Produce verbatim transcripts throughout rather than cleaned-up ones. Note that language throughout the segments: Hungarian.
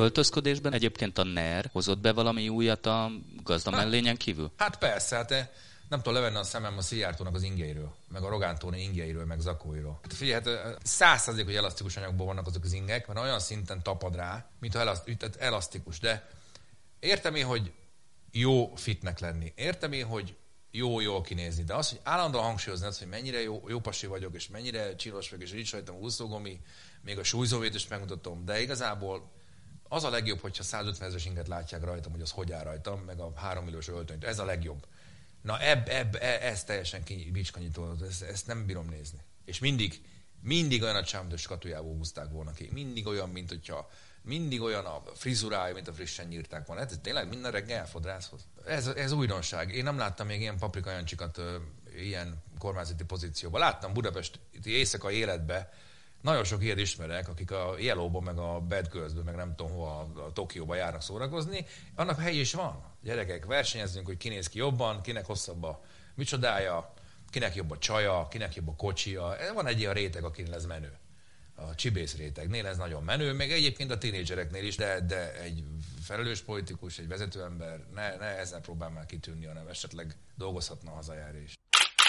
öltözködésben egyébként a en e er hozott be valami újat a gazdamellényen kívül? Hát persze, hát nem tudom levenni a szemem a Szijjártónak az ingeiről, meg a Rogán Tóni ingeiről, meg Zakóiról. Hát figyelj, hát száz százalék, hogy elasztikus anyagból vannak azok az ingek, mert olyan szinten tapad rá, mint ha elaszt, elasztikus. De értem én, hogy jó fitnek lenni. Értem én, hogy jó jól kinézni. De az, hogy állandóan hangsúlyozni azt, hogy mennyire jó, jó pasi vagyok, és mennyire csinos vagyok, és nincs rajtam úszógomi, még a súlyzóvét is megmutatom. De igazából az a legjobb, hogyha százötven ezeres inget látják rajtam, hogy az hogy áll rajtam, meg a három milliós öltönyt. Ez a legjobb. Na ebb, ebb, e, ez teljesen bicskanyító, ezt, ezt nem bírom nézni. És mindig, mindig olyan a csámdos skatujából húzták volna ki. Mindig olyan, mint hogyha, mindig olyan a frizurája, mint a frissen nyírták volna. Ez tényleg minden reggel fodrászhoz. Ez, ez újdonság. Én nem láttam még ilyen Paprika Jancsikat ö, ilyen kormányzati pozícióban. Láttam Budapesti éjszakai életbe, nagyon sok ilyet ismerek, akik a Yellowban, meg a Bad Girls-ben, meg nem tudom hova, a Tokióba járnak szórakozni. Annak hely is van. Gyerekek, versenyezzünk, hogy ki néz ki jobban, kinek hosszabb a micsodája, kinek jobb a csaja, kinek jobb a kocsia. Van egy ilyen réteg, akinél ez menő. A csibész rétegnél ez nagyon menő, meg egyébként a tínédzsereknél is, de, de egy felelős politikus, egy vezetőember ne, ne ezzel próbál már kitűnni, hanem esetleg dolgozhatna a hazajára is.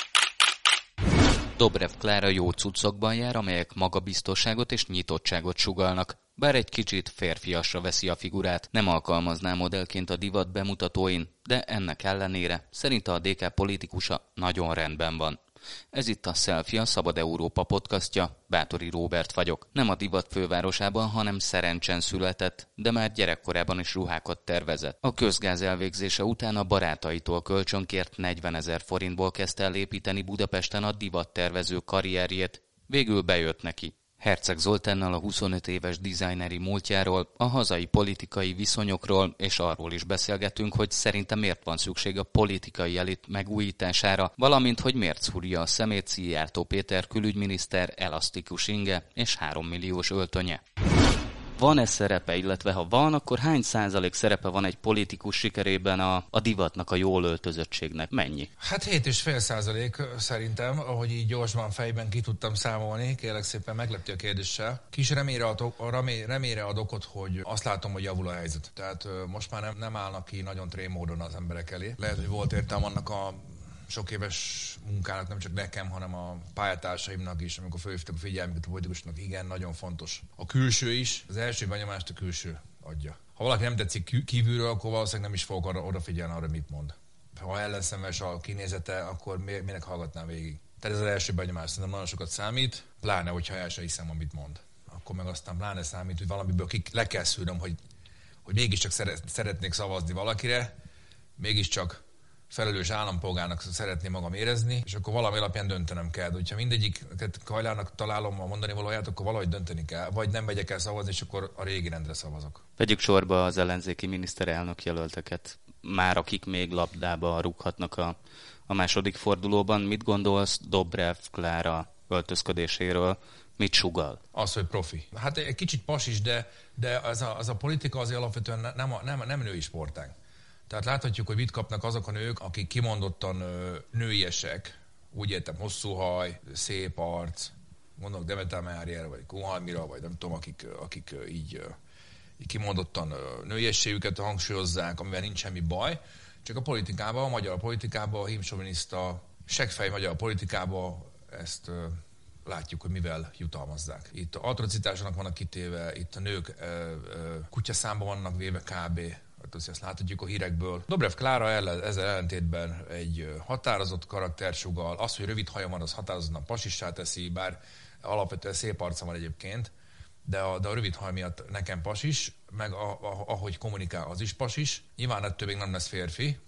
Dobrev Klára jó cuccokban jár, amelyek magabiztosságot és nyitottságot sugallnak. Bár egy kicsit férfiasra veszi a figurát, nem alkalmazná modellként a divat bemutatóin, de ennek ellenére szerinte a dé ká politikusa nagyon rendben van. Ez itt a Selfie, a Szabad Európa podcastja, Báthori Róbert vagyok. Nem a divat fővárosában, hanem Szerencsen született, de már gyerekkorában is ruhákat tervezett. A közgáz elvégzése után a barátaitól kölcsönkért negyvenezer forintból kezdte el építeni Budapesten a divattervező karrierjét. Végül bejött neki. Herceg Zoltánnal a huszonöt éves dizájneri múltjáról, a hazai politikai viszonyokról és arról is beszélgetünk, hogy szerinte miért van szükség a politikai elit megújítására, valamint hogy miért szúrja a szemét Szijjártó Péter külügyminiszter elasztikus inge és három milliós öltönye. Van-e szerepe, illetve ha van, akkor hány százalék szerepe van egy politikus sikerében a, a divatnak, a jól öltözöttségnek? Mennyi? Hát hét egész öt százalék szerintem, ahogy így gyorsban fejben ki tudtam számolni, kérlek szépen meglepti a kérdéssel. Kis reményre ad, remé, reményre ad okot, hogy azt látom, hogy javul a helyzet. Tehát most már nem, nem állnak ki nagyon trém módon az emberek elé. Lehet, hogy volt értelme annak a sok éves munkának, nem csak nekem, hanem a pályatársaimnak is, amikor felhívtak a figyelmüket a politikusnak, igen, nagyon fontos. A külső is, az első benyomást a külső adja. Ha valaki nem tetszik kívülről, akkor valószínűleg nem is fogok arra odafigyelni arra, mit mond. Ha ellenszemes a kinézete, akkor minek hallgatnám végig. Tehát ez az első benyomás, szerintem nagyon sokat számít, pláne, hogyha el sem hiszem, amit mond. Akkor meg aztán pláne számít, hogy valamiből ki, le kell szűrnöm, hogy, hogy mégiscsak szeretnék szavazni valakire, mégiscsak felelős állampolgárnak szeretném magam érezni, és akkor valami alapján döntenem kell. De hogyha mindegyiket Kajlának találom a mondani valóját, akkor valahogy dönteni kell. Vagy nem megyek el szavazni, és akkor a régi rendre szavazok. Vegyük sorba az ellenzéki miniszterelnök jelölteket. Már akik még labdába rúghatnak a, a második fordulóban. Mit gondolsz Dobrev Klára öltözködéséről? Mit sugall? Az, hogy profi. Hát egy kicsit pas is, de, de az, a, az a politika azért alapvetően nem, nem, nem női sportág. Tehát láthatjuk, hogy mit kapnak azok a nők, akik kimondottan ö, nőiesek, úgy értem, hosszú haj, szép arc, mondok Demeter Máriára, vagy Kunhalmira, vagy nem tudom, akik, akik ö, így, ö, így kimondottan ö, nőiességüket hangsúlyozzák, amivel nincs semmi baj. Csak a politikában, a magyar politikában, a hímsoviniszta, seggfej magyar politikában ezt ö, látjuk, hogy mivel jutalmazzák. Itt atrocitásoknak vannak kitéve, itt a nők ö, ö, kutyaszámba vannak véve kb. Hát ezt láthatjuk a hírekből. Dobrev Klára ellen, ezzel ellentétben egy határozott karakter sugal. Az, hogy rövid haja van, az határozottan pasissá teszi, bár alapvetően szép arca van egyébként, de a, de a rövid haj miatt nekem pasis, meg a, a, ahogy kommunikál, az is pasis. Nyilván ettől még nem lesz férfi,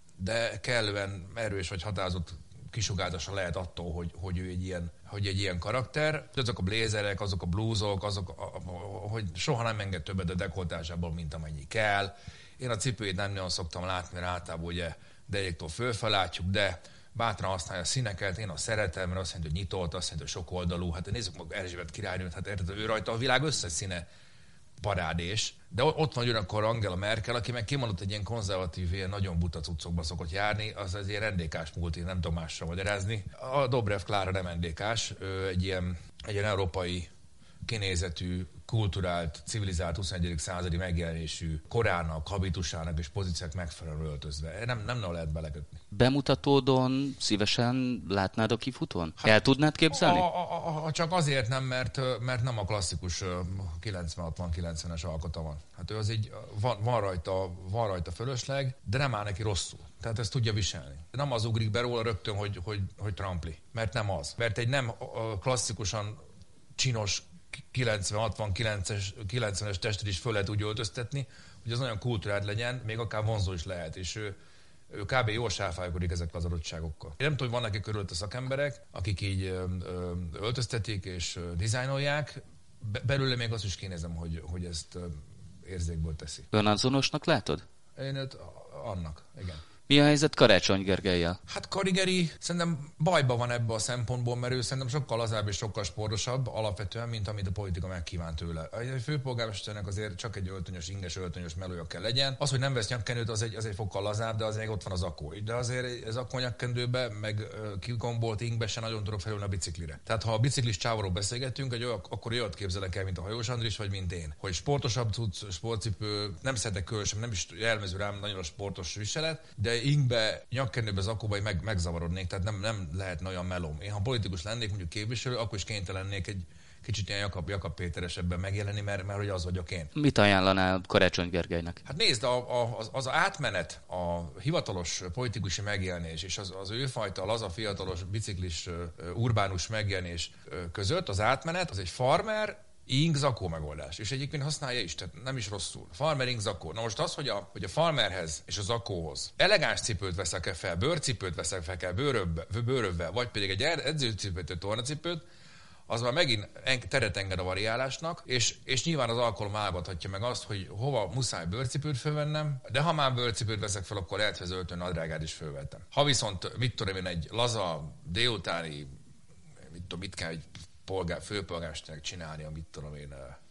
de kellően erős vagy határozott kisugárzása lehet attól, hogy, hogy ő egy ilyen, hogy egy ilyen karakter. Azok a blézerek, azok a blúzok, azok, a, a, hogy soha nem enged többet a dekoltásából, mint amennyi kell. Én a cipőjét nem nagyon szoktam látni, mert általában ugye deréktől fölfel látjuk, de bátran használja a színeket, én azt szeretem, mert azt jelenti, hogy nyitott, azt jelenti, hogy sokoldalú. Hát nézzük meg Erzsébet királynőt, hát érted, ő rajta a világ összes színe parádés. De ott van ugyanakkor Angela Merkel, aki meg kimondott egy ilyen konzervatív, ilyen nagyon buta cuccokba szokott járni, az egy ilyen rendékás múlt, én nem tudom másra magyarázni. A Dobrev Klára nem rendékás, ő egy ilyen, egy ilyen európai kinézetű, kulturált, civilizált huszonegyedik századi megjelenésű korának, habitusának és pozíciók megfelelően öltözve. Nem, nem lehet belekötni. Bemutatódon szívesen látnád a kifutón? Hát, el tudnád képzelni? A, a, a, csak azért nem, mert, mert nem a klasszikus kilencven hatvan kilencvenes alkota van. Hát ő az így, van, van, rajta, van rajta fölösleg, de nem áll neki rosszul. Tehát ezt tudja viselni. Nem az ugrik be róla rögtön, hogy, hogy, hogy trampli. Mert nem az. Mert egy nem klasszikusan csinos kilencven hatvan kilencvenes testet is föl lehet úgy öltöztetni, hogy az nagyon kultúrált legyen, még akár vonzó is lehet. És ő, ő kb. Jól sáfálkodik ezekkel az adottságokkal. Én nem tudom, hogy vannak-e körülött a szakemberek, akik így ö, ö, öltöztetik és ö, dizájnolják. Be, belőle még azt is kinézem, hogy, hogy ezt ö, érzékből teszi. Önazonosnak látod? Én őt annak, igen. Mi a helyzet Karácsony Gergellyel? Hát Karigeri szerintem bajban van ebből a szempontból, mert ő szerintem sokkal lazább és sokkal sportosabb alapvetően, mint amit a politika megkívánt tőle. A főpolgármesternek azért csak egy öltönyös, inges öltönyös melója kell legyen. Az, hogy nem vesz nyakkendőt, az egy, az egy fokkal lazább, de azért ott van az akkó. De azért ez akkó nyakkendőbe, meg kigombolt ingbe se nagyon tudok felülni a biciklire. Tehát ha a biciklis csávóról beszélgetünk, egy olyan, akkor olyat képzelek el, mint a Hajós Andris, vagy mint én. Hogy sportosabb cucc, sportcipő, nem szeretek különösen, nem is jellemző rám nagyon a sportos viselet, de ingbe, nyakkendőbe, zakóba meg, megzavarodnék, tehát nem, nem lehetne olyan melóm. Én ha politikus lennék, mondjuk képviselő, akkor is kénytelen lennék egy kicsit ilyen Jakab, Jakab Péteresebben megjelenni, mert, mert hogy az vagyok én. Mit ajánlanál Karácsony Gergelynek? Hát nézd, a, a, az, az átmenet, a hivatalos politikusi megjelenés és az, az őfajta laza fiatalos biciklis urbánus megjelenés között az átmenet, az egy farmer, ing zakó megoldás. És egyébként használja is, tehát nem is rosszul. Farmer ing zakó. Na most az, hogy a, hogy a farmerhez és a zakóhoz elegáns cipőt veszek fel, bőrcipőt veszek fel kell, bőrövvel, vagy pedig egy edzőcipőt, egy tornacipőt, az már megint teret enged a variálásnak, és, és nyilván az alkalom állgathatja meg azt, hogy hova muszáj bőrcipőt fölvennem, de ha már bőrcipőt veszek fel, akkor lehet, hogy az öltön nadrágát is fölvettem. Ha viszont, mit tudom én, egy laza, délutáni, mit tudom, mit kell egy polgár, főpolgármesternek csinálni, amit tudom én,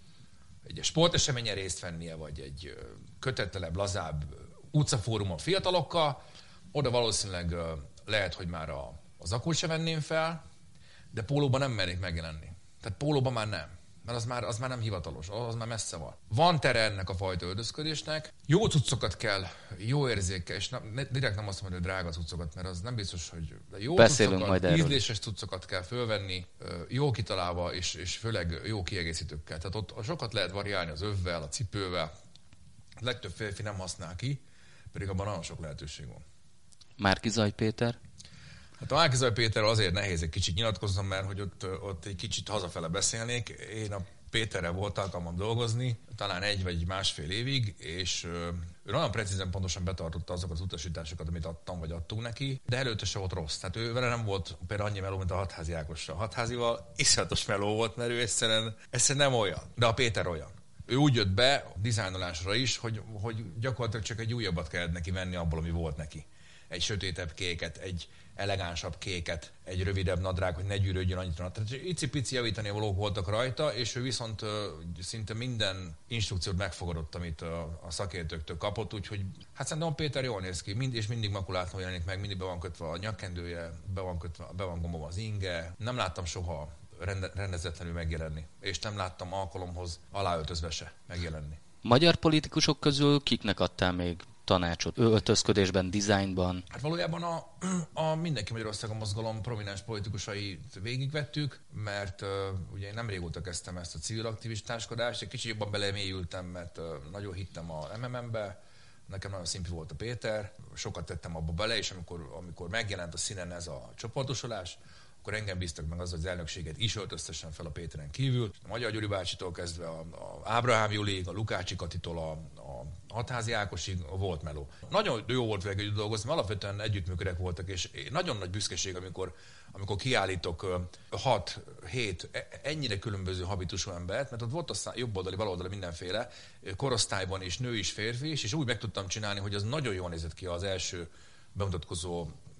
egy sporteseményen részt vennie, vagy egy kötetlenebb, lazább utcafórumon fiatalokkal, oda valószínűleg lehet, hogy már a, az zakót se venném fel, de pólóban nem mernék megjelenni. Tehát pólóban már nem, mert az már, az már nem hivatalos, az már messze van. Van tere ennek a fajta öltözködésnek, jó cuccokat kell, jó érzékkel, és nem, direkt nem azt mondom, hogy drága cuccokat, mert az nem biztos, hogy jó Beszélünk cuccokat, majd ízléses cuccokat kell fölvenni, jó kitalálva, és, és főleg jó kiegészítőkkel. Tehát ott sokat lehet variálni az övvel, a cipővel. A legtöbb férfi nem használ ki, pedig abban nagyon sok lehetőség van. Márki-Zay Péter? Hát a Márki-Zay Péterről azért nehéz egy kicsit nyilatkoznom, mert hogy ott, ott egy kicsit hazafele beszélnék. Én a Péterrel volt alkalmam dolgozni, talán egy vagy másfél évig, és ő nagyon precízen pontosan betartotta azokat az utasításokat, amit adtam, vagy adtunk neki, de előtte se volt rossz. Tehát ő vele nem volt például annyi meló, mint a Hatházi Ákossal. A Hatházival iszonyatos meló volt, mert ő egyszerűen, egyszerűen nem olyan, de a Péter olyan. Ő úgy jött be a dizájnolásra is, hogy, hogy gyakorlatilag csak egy újabbat kellett neki venni abból, ami volt neki. Egy sötétebb kéket, egy elegánsabb kéket, egy rövidebb nadrág, hogy ne gyűrődjön annyit. Tehát icipici javítani valók voltak rajta, és ő viszont uh, szinte minden instrukciót megfogadott, amit uh, a szakértőktől kapott, úgyhogy hát szerintem a Péter jól néz ki, mind, és mindig makulátlanul jelenik meg, mindig be van kötve a nyakkendője, be van, kötve, be van gombom az inge. Nem láttam soha rende, rendezetlenül megjelenni, és nem láttam alkalomhoz aláöltözve se megjelenni. Magyar politikusok közül kiknek adtál még tanácsot öltözködésben, dizájnban? Hát valójában a, a Mindenki Magyarországon mozgalom prominens politikusait végigvettük, mert uh, ugye én nem régóta kezdtem ezt a civil aktivistáskodást, egy kicsit jobban belemélyültem, mert uh, nagyon hittem a em em em-be, nekem nagyon szimpi volt a Péter, sokat tettem abba bele, és amikor, amikor megjelent a színen ez a csoportosulás, akkor engem bíztak meg az, hogy az elnökséget is öltöztessen fel a Péteren kívül. A Magyar Gyuri bácsitól kezdve a, a Ábrahám Julig, a Lukácsi Katitól a, a Hatházi Ákosig volt meló. Nagyon jó volt vele együtt dolgozni, alapvetően együttműködőek voltak, és nagyon nagy büszkeség, amikor, amikor kiállítok hat hét ennyire különböző habitusú embert, mert ott volt aztán jobboldali, baloldali mindenféle korosztályban is, nő is, férfi is, és úgy meg tudtam csinálni, hogy az nagyon jól nézett ki az első bemutatkozó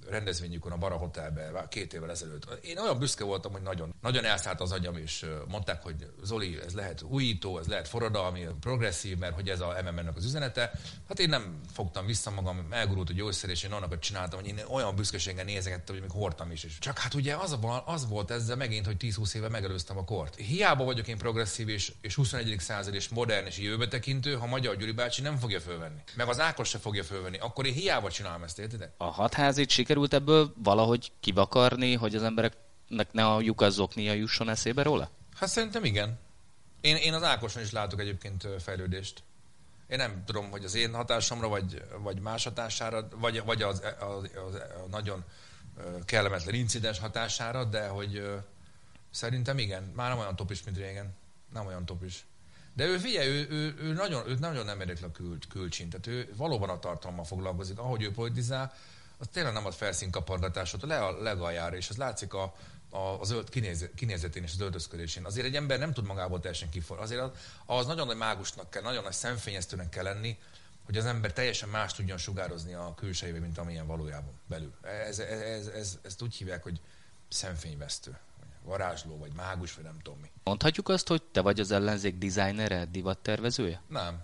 rendezvényükön a Bara Hotelbe két évvel ezelőtt. Én olyan büszke voltam, hogy nagyon, nagyon elszállt az agyam, és mondták, hogy Zoli, ez lehet újító, ez lehet forradalmi, progresszív, mert hogy ez a em em en-nek az üzenete. Hát én nem fogtam vissza magam, elgurult a gyógyszer, és én annak csináltam, hogy én olyan büszkeséggel nézegettem, hogy még hordtam is. És csak hát ugye az, az volt ezzel megint, hogy tíz-húsz éve megelőztem a kort. Hiába vagyok én progresszív és, és huszonegyedik század és modern és jövőbe tekintő, ha Magyar Gyuri bácsi nem fogja fölvenni. Meg az Ákos se fogja fölvenni. Akkor én hiába csinálom ezt, értitek? A hatházit sikerült ebből valahogy kivakarni, hogy az embereknek ne a lyukazzoknia jusson eszébe róla? Hát szerintem igen. Én, én az Ákoson is látok egyébként fejlődést. Én nem tudom, hogy az én hatásomra, vagy, vagy más hatására, vagy, vagy az, az, az, a nagyon kellemetlen incidens hatására, de hogy szerintem igen. Már nem olyan topis, mint régen. Nem olyan topis. De ő figyelj, ő, ő, ő, nagyon, ő nagyon nem érdekli a kül, külcsint. Tehát ő valóban a tartalommal foglalkozik. Ahogy ő politizál, az tényleg nem ad felszínkapargatásot a le, legaljára, és az látszik a, a, az ölt, kinéz, kinézetén és az öltözködésén. Azért egy ember nem tud magából teljesen kifor. Azért az, az nagyon nagy mágusnak kell, nagyon nagy szemfényeztőnek kell lenni, hogy az ember teljesen más tudjon sugározni a külsejébe, mint amilyen valójában belül. Ez, ez, ez, ez, ezt úgy hívják, hogy szemfényvesztő, varázsló, vagy mágus, vagy nem tudom mi. Mondhatjuk azt, hogy te vagy az ellenzék dizájnere, divattervezője? Nem.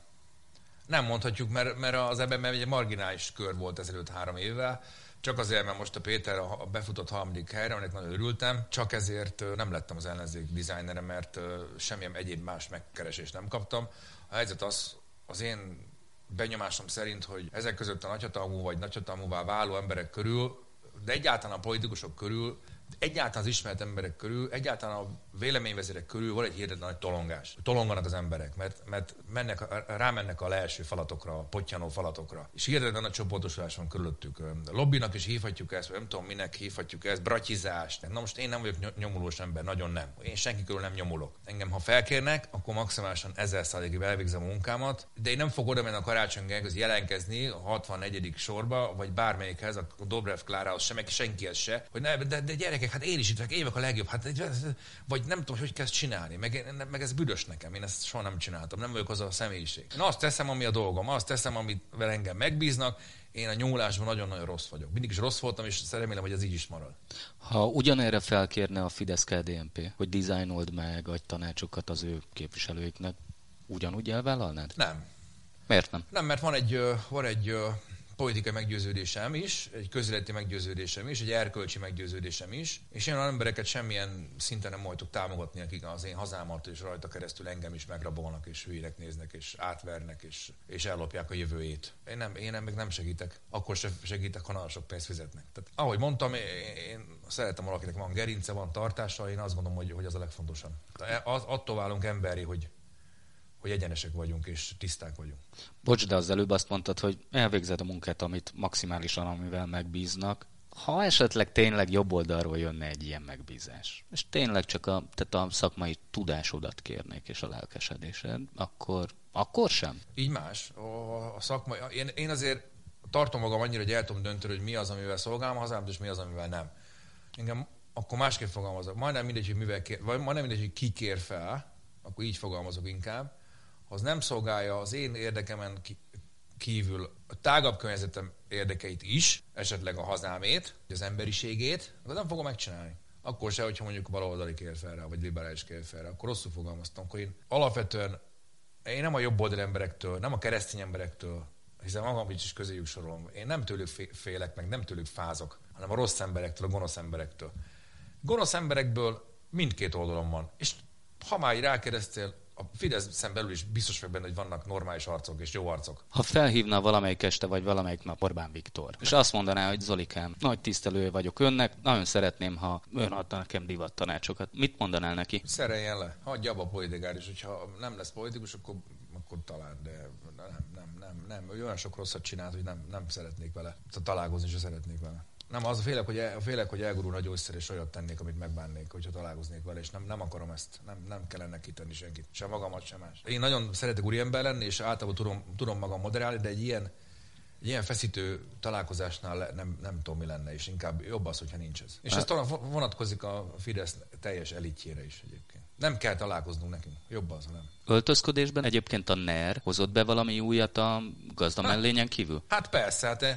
Nem mondhatjuk, mert, mert az ebben egy marginális kör volt ezelőtt három évvel. Csak azért, mert most a Péter a befutott harmadik helyre, aminek nagyon örültem, csak ezért nem lettem az ellenzék dizájnere, mert semmilyen egyéb más megkeresést nem kaptam. A helyzet az, az én benyomásom szerint, hogy ezek között a nagyhatalmú vagy nagyhatalmúvá váló emberek körül, de egyáltalán a politikusok körül, egyáltalán az ismert emberek körül, egyáltalán a véleményvezérek körül van egy hihetetlen nagy tolongás. Tolonganak az emberek, mert, mert mennek, rámennek a leelső falatokra, a pottyanó falatokra. És hihetetlen nagy csoportosulás van körülöttük. Lobbinak is hívhatjuk ezt, vagy nem tudom minek hívhatjuk ezt, bratyizás. Na most én nem vagyok nyomulós ember, nagyon nem. Én senki körül nem nyomulok. Engem, ha felkérnek, akkor maximálisan ezer százalékig elvégzem a munkámat, de én nem fog oda menni a Karácsony Gergelyhöz jelentkezni a hatvannegyedik sorba, vagy bármelyikhez, a Dobrev Klárához se, meg senkihez se, hogy ne, de, de gyerekek, hát én is itt vagyok, én vagyok a legjobb, hát, vagy nem tudom, hogy kell ezt csinálni, meg, meg ez büdös nekem, én ezt soha nem csináltam, nem vagyok az a személyiség. Én azt teszem, ami a dolgom, azt teszem, amivel engem megbíznak, én a nyúlásban nagyon-nagyon rossz vagyok. Mindig is rossz voltam, és remélem, hogy ez így is marad. Ha ugyanerre felkérne a Fidesz-ká dé en pé, hogy dizájnold meg, adj tanácsokat az ő képviselőiknek, ugyanúgy elvállalnád? Nem. Miért nem? Nem, mert van egy, van egy politikai meggyőződésem is, egy közéleti meggyőződésem is, egy erkölcsi meggyőződésem is, és én olyan embereket semmilyen szinten nem hajtok támogatni, akik az én hazámat és rajta keresztül engem is megrabolnak, és hülyének néznek, és átvernek, és, és ellopják a jövőjét. Én nem, én nem, meg nem segítek. Akkor sem segítek, ha nagyon sok pénzt fizetnek. Tehát, ahogy mondtam, én, én szeretem valakinek van gerince, van tartása, én azt gondolom, hogy, hogy az a legfontosabb. Az, attól válunk emberi, hogy hogy egyenesek vagyunk és tiszták vagyunk. Bocs, de az előbb azt mondtad, hogy elvégzed a munkát, amit maximálisan, amivel megbíznak. Ha esetleg tényleg jobb oldalról jönne egy ilyen megbízás, és tényleg csak a, tehát a szakmai tudásodat kérnék és a lelkesedésed, akkor, akkor sem? Így más. A, a szakmai, én, én azért tartom magam annyira, hogy el tudom dönteni, hogy mi az, amivel szolgálom a hazámat, és mi az, amivel nem. Engem akkor másképp fogalmazok. Majdnem mindegy, hogy mivel kér, vagy majdnem mindegy, hogy ki kér fel, akkor így fogalmazok inkább. Az nem szolgálja az én érdekemen kívül a tágabb környezetem érdekeit is, esetleg a hazámét, az emberiségét, akkor nem fogom megcsinálni. Akkor se, hogyha mondjuk baloldali kér fel rá, vagy liberális kér fel rá, akkor rosszul fogalmaztam. Akkor én alapvetően, én nem a jobboldali emberektől, nem a keresztény emberektől, hiszen magam is közéjük sorolom, én nem tőlük félek, meg nem tőlük fázok, hanem a rossz emberektől, a gonosz emberektől. Gonosz emberekből mindkét oldalon van. És ha már rákérdeztél, a Fideszen belül is biztos vagyok benne, hogy vannak normális arcok és jó arcok. Ha felhívna valamelyik este vagy valamelyik nap Orbán Viktor, és azt mondaná, hogy Zolikám, nagy tisztelője vagyok önnek, nagyon szeretném, ha ön adna nekem divat tanácsokat. Mit mondanál neki? Szereljen le, hagyja abba a politikát, és hogyha nem lesz politikus, akkor, akkor talán, de nem, nem, nem, nem. Ő olyan sok rosszat csinált, hogy nem, nem szeretnék vele. Találkozni se szeretnék vele. Nem, az a félek, hogy, el, félek, hogy elgurul a gyógyszer, és olyat tennék, amit megbánnék, hogyha találkoznék vele, és nem, nem akarom ezt. Nem, nem kellene kitenni senkit. Sem magamat, sem más. Én nagyon szeretek úriember lenni, és általában tudom, tudom magam moderálni, de egy ilyen, egy ilyen feszítő találkozásnál le, nem, nem tudom, mi lenne, és inkább jobb az, hogyha nincs ez. És ez talán vonatkozik a Fidesz teljes elitjére is egyébként. Nem kell találkoznunk nekünk. Jobb az, ha nem. Öltözködésben egyébként a en e er hozott be valami újat a gazdamellényen kívül? Hát persze, hát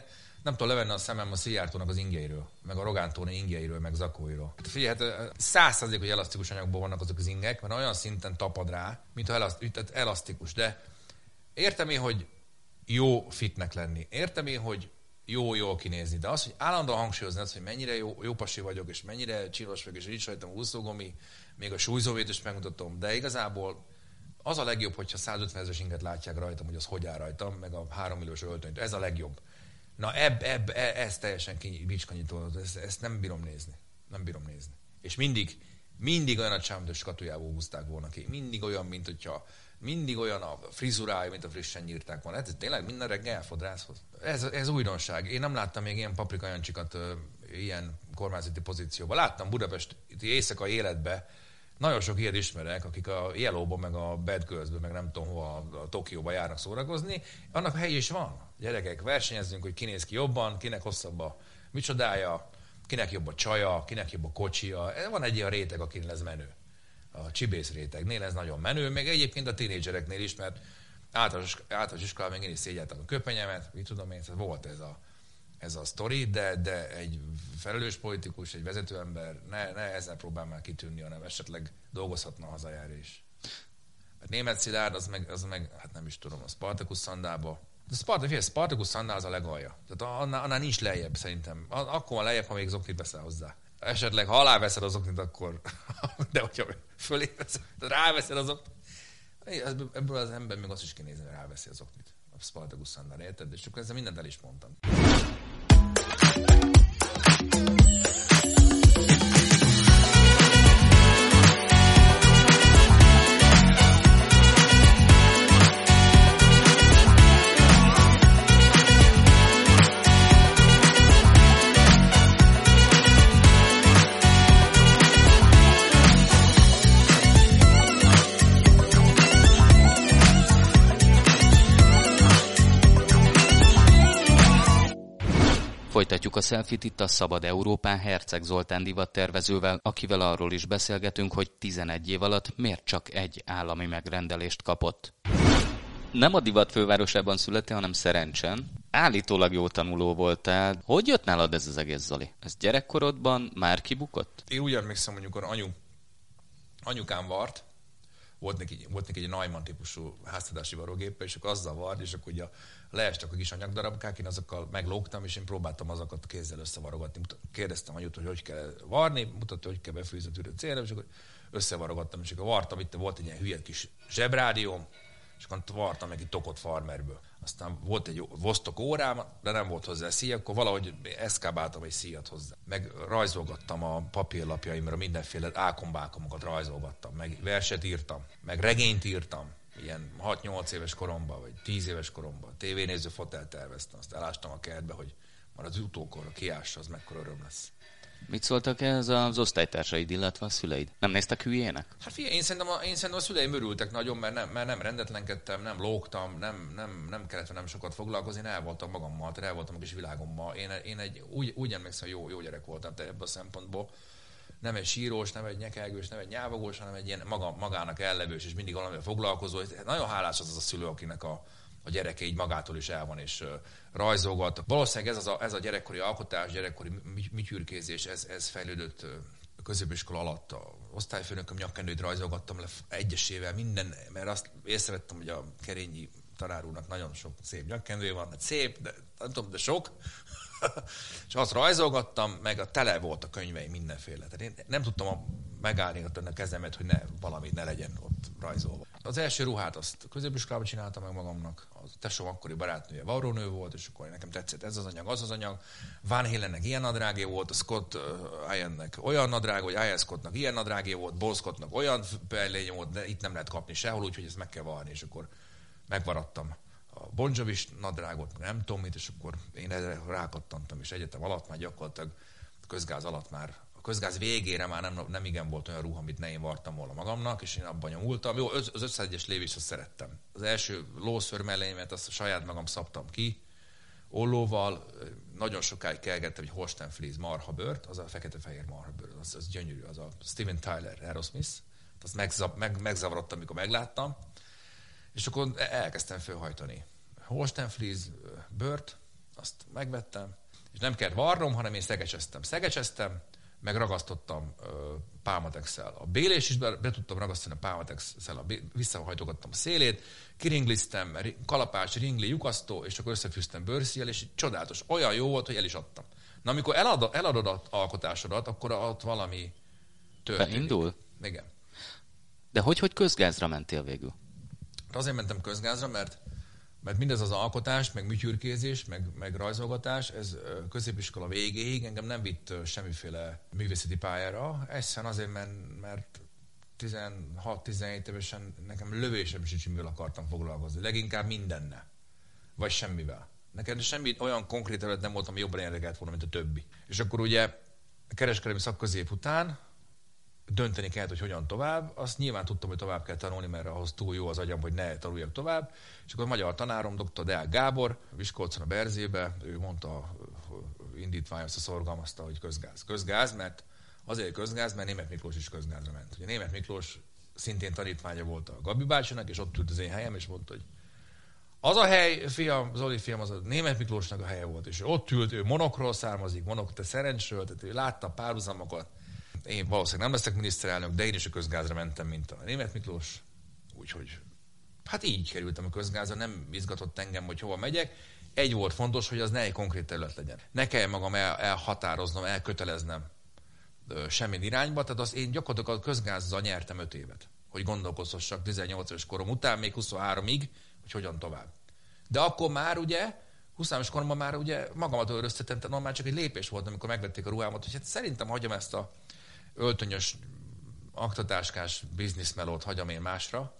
Nem tudom levenni a szemem a Szijjártónak az ingeiről, meg a Rogán Tóni ingeiről, meg zakóiról. Hát figyelj, hát száz százalék, hogy elasztikus anyagból vannak azok az ingek, mert olyan szinten tapad rá, mint ha elasztikus. De értem én, hogy jó fitnek lenni. Értem én, hogy jó-jól kinézni. De az, hogy állandóan hangsúlyozni azt, hogy mennyire jó, jó pasi vagyok, és mennyire csinos vagyok, és így rajtam a úszógomi, még a súlyzóvét is megmutatom. De igazából az a legjobb, hogyha százötven ezeres inget látják rajtam, hogy az hogy áll rajtam, meg a három milliós öltönyt. Ez a legjobb. Na ebb, ebb, ez teljesen bicskanyító, ezt, ezt nem bírom nézni. Nem bírom nézni. És mindig, mindig olyan a csámdos skatujából húzták volna ki. Mindig olyan, mint hogyha mindig olyan a frizurája, mint a frissen nyírták volna. Ez tényleg minden reggel fodrászhoz. Ez, ez újdonság. Én nem láttam még ilyen Paprika Jancsikat ö, ilyen kormányzati pozícióban. Láttam Budapesti éjszakai életbe, nagyon sok ilyet ismerek, akik a Yellowban, meg a Bad Girls-ben, meg nem tudom hova, a Tokióba járnak szórakozni. Annak hely is van. Gyerekek, versenyezzünk, hogy ki néz ki jobban, kinek hosszabb a micsodája, kinek jobb a csaja, kinek jobb a kocsia. Van egy ilyen réteg, akinek ez menő. A csibész rétegnél ez nagyon menő, meg egyébként a tínédzsereknél is, mert általános, általános iskolában még én is szégyeltem a köpenyemet, mit tudom én, volt ez a, ez a sztori, de, de egy felelős politikus, egy vezetőember ne, ne ezzel próbál már kitűnni, hanem esetleg dolgozhatna a hazajára is. Mert Németh Szilárd, az meg, az meg, hát nem is tudom, a Spartacus Szandába. De Spartacus, Spartacus Szandá az a legalja. Tehát annál, annál nincs lejjebb szerintem. Akkor van lejjebb, ha még zoknit veszel hozzá. Esetleg, ha aláveszed az oknit, akkor... De hogyha fölé veszed, ráveszed az oknit... Ebből az ember még azt is kinézni, hogy ráveszi az oknit. A Spartacus Szandára, érted? És akkor ezzel mindent el is mondtam. Folytatjuk a selfit itt a Szabad Európán Herceg Zoltán divattervezővel, akivel arról is beszélgetünk, hogy tizenegy év alatt miért csak egy állami megrendelést kapott. Nem a divat fővárosában születtél, hanem Szerencsen. Állítólag jó tanuló voltál. Hogy jött nálad ez az egész, Zoli? Ez gyerekkorodban már kibukott? Én úgy emlékszem, mondjuk anyu, anyukám vart, volt neki, volt neki egy Neumann típusú háztartási varrógépe, és akkor azzal vart, és akkor ugye leestek a kis anyagdarabkák, én azokkal meglógtam, és én próbáltam azokat kézzel összevarogatni. Kérdeztem anyut, hogy hogy kell varni, mutatta, hogy kell befűzni a tűrő célra, és akkor összevarogattam, és akkor vartam, itt volt egy ilyen hülye kis zsebrádióm, és akkor vartam meg egy Tokot Farmerből. Aztán volt egy Vostok órám, de nem volt hozzá szíj, akkor valahogy eszkábáltam egy szíjat hozzá. Meg rajzolgattam a papírlapjaimra, mindenféle ákombákomokat rajzolgattam, meg verset írtam, meg regényt írtam. Ilyen hat-nyolc éves koromban, vagy tíz éves koromban. Tévénéző fotelt terveztem, azt elástam a kertbe, hogy már az utókorra kiássa, az mekkora öröm lesz. Mit szóltak ehhez az osztálytársaid, illetve a szüleid? Nem néztek hülyének? Hát figyelj, én szerintem a, én szerintem a szüleim örültek nagyon, mert nem, mert nem rendetlenkedtem, nem lógtam, nem, nem, nem kellett nem sokat foglalkozni, én el voltam magammal, el voltam a kis világommal. Én, én egy, úgy, úgy emlékszem, hogy jó, jó gyerek voltam te ebből a szempontból. Nem egy sírós, nem egy nyekelgős, nem egy nyávogós, hanem egy ilyen maga, magának ellevős és mindig valamivel foglalkozó. Nagyon hálás az az a szülő, akinek a, a gyereke így magától is el van, és uh, rajzolgat. Valószínűleg ez, az a, ez a gyerekkori alkotás, gyerekkori mityürkézés, ez, ez fejlődött uh, középiskola alatt. A osztályfőnököm nyakkendőt rajzolgattam le egyesével, minden, mert azt észrevettem, hogy a Kerényi tanár úrnak nagyon sok szép nyakkendője van, hát szép, de nem tudom, de sok. És azt rajzolgattam, meg a tele volt a könyveim mindenféle. Tehát én nem tudtam a, megállni ott a kezemet, hogy ne, valami ne legyen ott rajzolva. Az első ruhát azt középiskolában csináltam meg magamnak. A tesóm akkori barátnője varrónő volt, és akkor nekem tetszett ez az anyag, az az anyag. Van Halennek ilyen nadrágé volt, a Scott Iannek olyan nadrág, vagy Ian Scottnak ilyen nadrágé volt, Bon Scottnak olyan pellénye volt, de itt nem lehet kapni sehol, úgyhogy ezt meg kell varni, és akkor megvaradtam a Bon Jovi nadrágot, nem tudom mit, és akkor én erre rákattantam, és egyetem alatt már gyakorlatilag a közgáz alatt már, a közgáz végére már nem, nem igen volt olyan ruha, amit ne én vartam volna magamnak, és én abban nyomultam. Jó, az ötszázegyes Levi's-t szerettem. Az első lószőr mellényt azt saját magam szabtam ki, ollóval, nagyon sokáig kelgettem egy Holstein Fleece marhabőrt, az a fekete-fehér marhabőr, az, az gyönyörű, az a Steven Tyler Aerosmith, azt megzav, meg, megzavarodtam, amikor megláttam. És akkor elkezdtem fölhajtani Holstein Fleece bőrt, azt megvettem, és nem kellett varrom, hanem én szegecseztem. Szegecseztem, meg ragasztottam uh, Pálmatex-szel. A bélés is be, be tudtam ragasztani a Pálmatex-szel, a, visszahajtogattam a szélét, kiringliztem, kalapács, ringli, lyukasztó, és akkor összefűztem bőrszíjjel, és csodálatos. Olyan jó volt, hogy el is adtam. Na, amikor elad, eladod az alkotásodat, akkor ott valami történik. Beindul? Igen. De hogy, hogy közgázra mentél végül? Azért mentem közgázra, mert, mert mindez az alkotás, meg műtyürkézés, meg, meg rajzolgatás, ez középiskola végéig engem nem vitt semmiféle művészeti pályára. Egyszerűen azért, mert, mert tizenhat-tizenhét évesen nekem lövésem sincs, mivel akartam foglalkozni. Leginkább mindennel. Vagy semmivel. Nekem semmi olyan konkrét terület nem volt, ami jobban érdekelt volna, mint a többi. És akkor ugye a kereskedelmi szakközép után dönteni kellett, hogy hogyan tovább. Azt nyilván tudtam, hogy tovább kell tanulni, mert ahhoz túl jó az agyam, hogy ne tanuljak tovább. És akkor a magyar tanárom, dr. Deák Gábor, Miskolcon a Berzébe, ő mondta, indítvány azt a szorgalmazta, hogy közgáz. Közgáz, mert azért közgáz, mert Németh Miklós is közgázra ment. Ugye Németh Miklós szintén tanítványa volt a Gabi bácsinak, és ott ült az én helyem, és mondta, hogy az a hely, fiam, Zoli fiam, az a Németh Miklósnak a helye volt, és ott ült, ő Monokról származik, Monok, te Szerencsről, tehát ő látta párhuzamokat. Én valószínűleg nem leszek miniszterelnök, de én is a közgázra mentem, mint a Németh Miklós, úgyhogy hát így kerültem a közgázra, nem izgatott engem, hogy hova megyek. Egy volt fontos, hogy az ne egy konkrét terület legyen. Ne kelljen magam el, elhatároznom, elköteleznem semmi irányba, tehát az én gyakorlatilag a közgázzal nyertem öt évet, hogy gondolkozhassak tizennyolc éves korom után, még huszonháromig, hogy hogyan tovább. De akkor már ugye, huszonhárom éves koromban már ugye magamat őröztetem, tehát már csak egy lépés volt, amikor megvették a ruhámat, hogy hát szerintem hagyjam ezt a öltönyös, aktatáskás bizniszmelót, hagyjam én másra.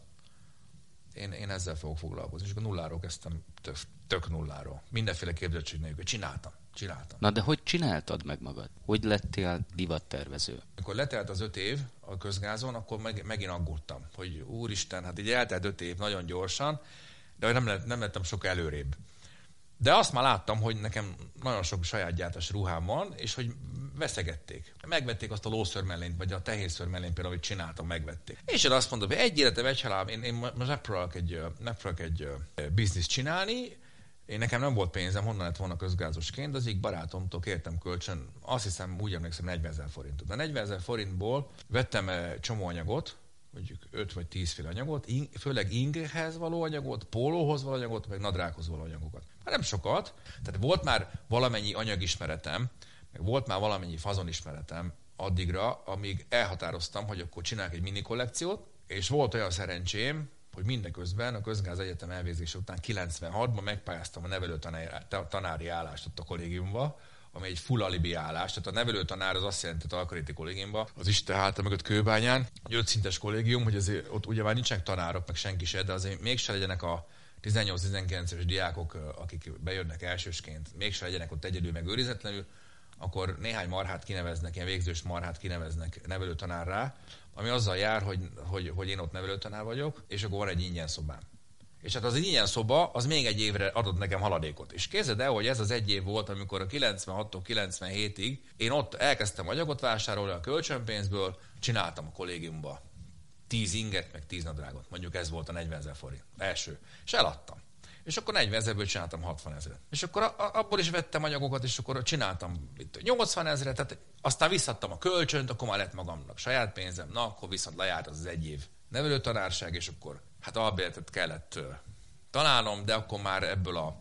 Én, én ezzel fogok foglalkozni. És akkor nulláról kezdtem, tök, tök nulláról. Mindenféle képzettség nélkül. Csináltam. Csináltam. Na de hogy csináltad meg magad? Hogy lettél divattervező? Amikor letelt az öt év a közgázon, akkor meg, megint aggódtam, hogy úristen, hát így eltelt öt év nagyon gyorsan, de nem, lett, nem lettem sok előrébb. De azt már láttam, hogy nekem nagyon sok saját gyártás ruhám van, és hogy veszegették. Megvették azt a lószörmellényt, vagy a tehénszörmellényt például, amit csináltam, megvették. És én azt mondom, hogy egy életem, egy halál, én, én most megpróbálok egy, megpróbálok egy bizniszt csinálni, én nekem nem volt pénzem, honnan lett volna közgázosként, de az egyik barátomtól kértem kölcsön, azt hiszem, úgy emlékszem, negyvenezer forintot. De negyvenezer forintból vettem csomó anyagot, mondjuk öt vagy tíz féle anyagot, főleg inghez való anyagot, pólóhoz való anyagot, meg nadrághoz való anyagokat. Hát nem sokat, tehát volt már valamennyi anyagismeretem, meg volt már valamennyi fazonismeretem addigra, amíg elhatároztam, hogy akkor csinálok egy mini kollekciót, és volt olyan szerencsém, hogy mindeközben a Közgáz Egyetem elvégzése után kilencvenhatban megpályáztam a nevelőtanári állást ott a kollégiumban, ami egy full alibi állás. Tehát a nevelőtanár az azt jelenti, hogy a Alkariti kollégiumban, az Isten háta mögött Kőbányán, egy ötszintes kollégium, hogy azért ott ugye már nincsenek tanárok, meg senki se, de azért mégse legyenek a tizennyolc-tizenkilenc éves diákok, akik bejönnek elsősként, mégse legyenek ott egyedül meg őrizetlenül, akkor néhány marhát kineveznek, ilyen végzős marhát kineveznek nevelőtanárrá, ami azzal jár, hogy, hogy, hogy én ott nevelőtanár vagyok, és akkor van egy ingyen szobám. És hát az egy ingyen szoba, az még egy évre adott nekem haladékot. És képzeld el, hogy ez az egy év volt, amikor a kilencvenhattól kilencvenhétig én ott elkezdtem anyagot vásárolni a kölcsönpénzből, csináltam a kollégiumba tíz inget, meg tíz nadrágot. Mondjuk ez volt a negyvenezer forint. Első. És eladtam. És akkor negyvenezerből csináltam hatvanezret. És akkor a, a, abból is vettem anyagokat, és akkor csináltam nyolcvanezret, tehát aztán visszadtam a kölcsönt, akkor már lett magamnak saját pénzem, na, akkor viszont lejárt az, az egy év nevelőtanárság, és akkor hát albérletet kellett uh, találnom, de akkor már ebből a,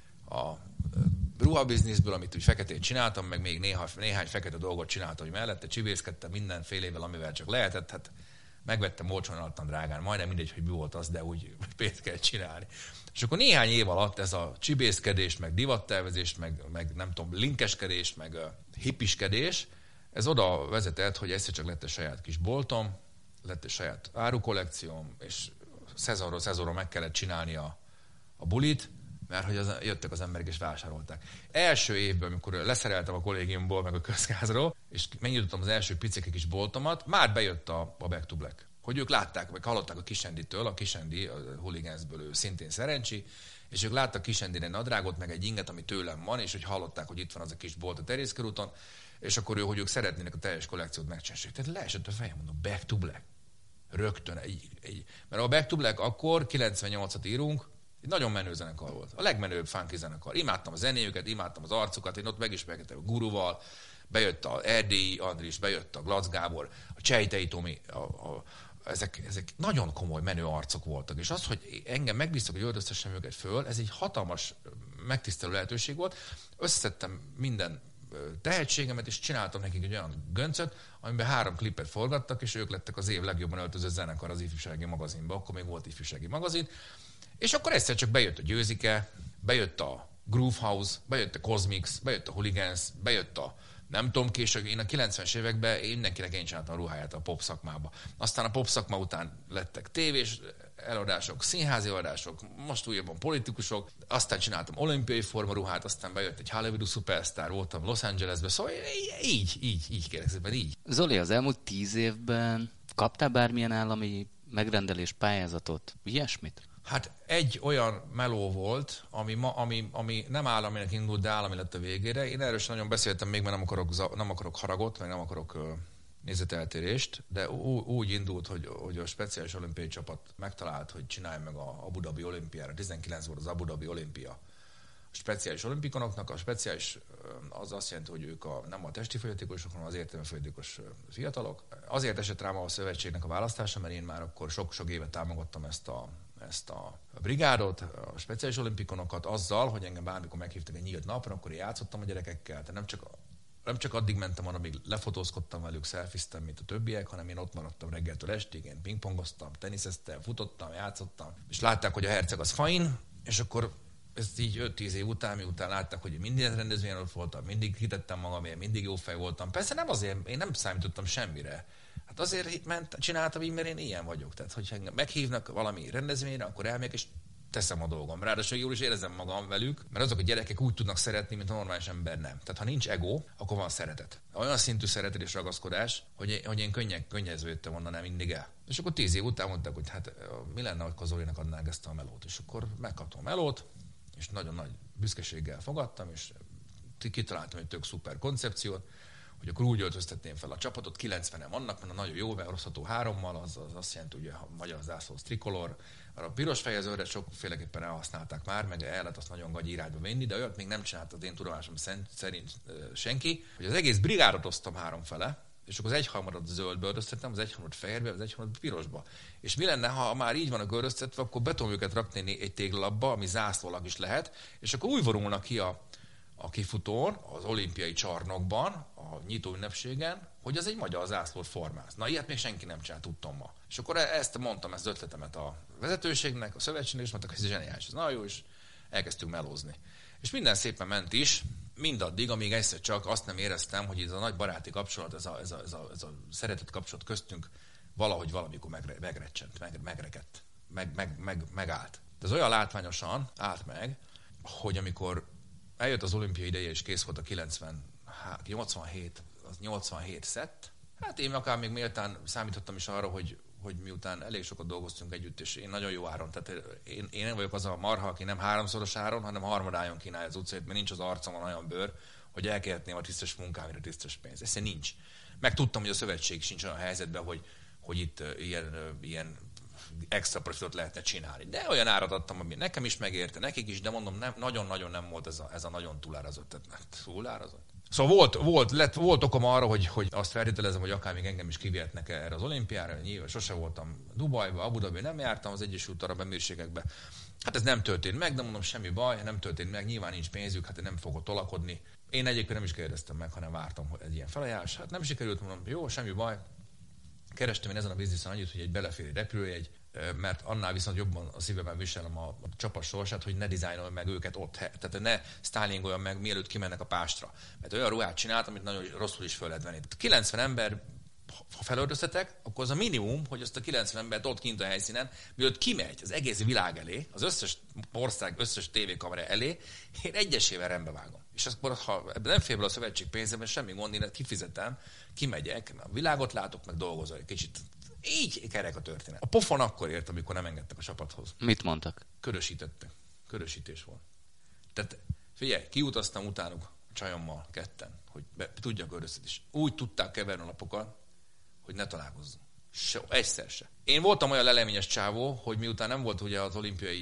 a ruhabizniszből, amit úgy feketét csináltam, meg még néha, néhány fekete dolgot csináltam, hogy mellette csibészkedtem mindenfélével, amivel csak lehetett, hát megvettem olcsón, adtam drágán, majdnem mindegy, hogy mi volt az, de úgy pénzt kell csinálni. És akkor néhány év alatt ez a csibészkedés, meg divattervezés, meg, meg nem tudom, linkeskedés, meg uh, hippiskedés, ez oda vezetett, hogy egyszer csak lett egy saját kis boltom, lett egy saját árukollekcióm, és szezonról szezonról meg kellett csinálni a, a bulit, mert hogy az, jöttek az emberek és vásárolták. Első évben, amikor leszereltem a kollégiumból, meg a közgázról, és megnyitottam az első picike kis boltomat, már bejött a, a Back to Black. Hogy ők látták, vagy hallották a Kisenditől, a Kisendi, a Hooligansből ő szintén szerencsi, és ők láttak Kisendin egy nadrágot, meg egy inget, ami tőlem van, és hogy hallották, hogy itt van az a kis bolt a Terészkörúton, és akkor ő, hogy ők szeretnének a teljes kollekciót megcsinálni. Tehát leesett a fejem, mondom, Back to Black. Rögtön egy, egy, mert a Back to Black akkor, kilencvennyolcat írunk, Egy nagyon menő zenekar volt. A legmenőbb funky zenekar. Imádtam a zenéjüket, imádtam az arcukat, én ott megismerkedtem a Guruval, bejött a Erdélyi Andris, bejött a Glac Gábor, a Csejtei Tomi, a, a, ezek, ezek nagyon komoly menő arcok voltak. És az, hogy engem megbíztak, hogy öltöztessem őket föl, ez egy hatalmas megtisztelő lehetőség volt. Összeszedtem minden tehetségemet, és csináltam nekik egy olyan göncöt, amiben három klipet forgattak, és ők lettek az év legjobban öltözött zenekar az ifjúsági magazinban. Akkor még volt ifjúsági magazin. És akkor egyszer csak bejött a Győzike, bejött a Groove House, bejött a Cosmix, bejött a Hooligans, bejött a nem tudom, később én a kilencvenes években én mindenkinek én csináltam a ruháját a pop szakmába. Aztán a pop szakma után lettek tévés előadások, színházi előadások, most újabban politikusok, aztán csináltam olimpiai formaruhát, aztán bejött egy Hollywoodi szupersztár, voltam Los Angelesben, szóval így, így, így kérlek szépen, így. Zoli, az elmúlt tíz évben kaptál bármilyen állami megrendelés, pályázatot, ilyesmit? Hát egy olyan meló volt, ami, ma, ami, ami nem államinek indult, de állami lett a végére. Én erről sem nagyon beszéltem még, mert nem akarok, nem akarok haragot, meg nem akarok uh, nézeteltérést, de ú, úgy indult, hogy, hogy a speciális olimpiai csapat megtalált, hogy csinálj meg a Abu Dhabi olimpiára. tizenkilenc volt az Abu Dhabi olimpia. A speciális olimpikonoknak, a speciális az azt jelenti, hogy ők a, nem a testi fogyatékosok, hanem az értelmi fogyatékos fiatalok. Azért esett rám a szövetségnek a választása, mert én már akkor sok-sok éve támogattam ezt a ezt a brigádot, a speciális olimpikonokat azzal, hogy engem bármikor meghívtak egy nyílt napra, akkor én játszottam a gyerekekkel, tehát nem csak, nem csak addig mentem, amíg lefotózkodtam velük, szelfiztem, mint a többiek, hanem én ott maradtam reggeltől estig, én pingpongoztam, teniszeztem, futottam, játszottam, és látták, hogy a herceg az fain, és akkor ezt így öt-tíz év után, miután látták, hogy minden rendezvényen ott voltam, mindig hitettem magamért, mindig jó fej voltam. Persze nem azért, én nem számítottam semmire. Hát azért ment, csináltam így, mert én ilyen vagyok. Tehát, hogyha meghívnak valami rendezvényre, akkor elmegyek, és teszem a dolgom. Ráadásul jól is érezem magam velük, mert azok a gyerekek úgy tudnak szeretni, mint a normális ember nem. Tehát, ha nincs ego, akkor van szeretet. Olyan szintű szeretet és ragaszkodás, hogy, hogy én könnyen, könnyezve jöttem onnan, nem mindig el. És akkor tíz év után mondták, hogy hát mi lenne, hogy Zolinak adnák ezt a melót. És akkor megkaptam a melót, és nagyon nagy büszkeséggel fogadtam, és kitaláltam egy tök szuper koncepciót, hogy akkor úgy öltöztetném fel a csapatot, kilencvenen vannak, mert a nagyon jó elosztható hárommal, az, az azt jelenti, hogy a magyar zászló trikolor, a piros fejezőre sokféleképpen elhasználták már, meg el lehet azt nagyon gagyi irányba vinni, de olyat még nem csinált az én tudomásom szerint senki, hogy az egész brigádot osztam három fele, és akkor az egyharmadat zöldbe öltöztettem, az egyharmadat fehérbe, az egyharmadat pirosba. És mi lenne, ha már így vannak öltöztetve, akkor be tudom őket rakni egy téglalapba, ami zászlólag is lehet, és akkor úgy vonulnak ki a, a kifutón, az olimpiai csarnokban, a nyitó ünnepségen, hogy az egy magyar zászlót formáz. Na, ilyet még senki nem csinált, tudtam ma. És akkor ezt mondtam, ezt ötletemet a vezetőségnek, a szövetségnek, és mondták, hogy ez zseniális, ez nagyon jó, és elkezdtünk melózni. És minden szépen ment is, mindaddig, amíg egyszer csak azt nem éreztem, hogy ez a nagy baráti kapcsolat, ez a, ez a, ez a, ez a szeretett kapcsolat köztünk valahogy valamikor megre, megrecsent, meg, megrekedt, meg, meg, meg, megállt. De ez olyan látványosan állt meg, hogy amikor eljött az olimpia ideje, és kész volt a kilencven, nyolcvanhét, az nyolcvanhét szett, hát én akár még méltán számítottam is arra, hogy, hogy miután elég sokat dolgoztunk együtt, és én nagyon jó áron, tehát én, én nem vagyok az a marha, aki nem háromszoros áron, hanem harmadájon kínálja az utcait, mert nincs az arcomon olyan bőr, hogy elkérhetném a tisztes munkámra tisztes pénz. Ez nincs. Meg tudtam, hogy a szövetség sincs olyan helyzetben, hogy, hogy itt uh, ilyen, uh, ilyen extra profitot lehetne csinálni. De olyan árat adtam, ami nekem is megérte, nekik is, de mondom, nem, nagyon-nagyon nem volt ez a, ez a nagyon túlárazott. Tehát túlárazott. Szóval volt, volt, lett, volt okom arra, hogy, hogy azt feltételezem, hogy akár még engem is kivihetnek erre az olimpiára. Nyilván sose voltam Dubajba, Abu Dhabi, nem jártam az Egyesült Arab Emírségekbe. Hát ez nem történt meg, de mondom, semmi baj, nem történt meg, nyilván nincs pénzük, hát nem fogok tolakodni. Én egyébként nem is kérdeztem meg, hanem vártam, hogy egy ilyen felajánlás. Hát nem sikerült, mondom, jó, semmi baj. Kerestem én ezen a bizniszen annyit, hogy egy belefér egy repülőjegy, mert annál viszont jobban a szívemben viselem a, a csapat sorsát, hogy ne dizájnolj meg őket ott, tehát ne stylingoljam meg, mielőtt kimennek a pástra. Mert olyan ruhát csinált, amit nagyon rosszul is föl lehet venni. kilencven ember, ha felöltöztetek, akkor az a minimum, hogy azt a kilencven embert ott kint a helyszínen, mielőtt kimegy az egész világ elé, az összes ország, összes tévékamera elé, én egyesével rendbe vágom. És akkor, ha ebben nem fél bele a szövetség pénzemben, semmi gond, én kifizetem, kimegyek, a világot látok, meg dolgozol egy kicsit. Így kerek a történet. A pofon akkor ért, amikor nem engedtek a csapathoz. Mit mondtak? Körösítettek. Körösítés volt. Tehát figyelj, kiutaztam utánuk a csajommal ketten, hogy be, tudjak köröztetni. És úgy tudták keverni a lapokat, hogy ne találkozzunk. Se, egyszer se. Én voltam olyan leleményes csávó, hogy miután nem volt ugye az olimpiai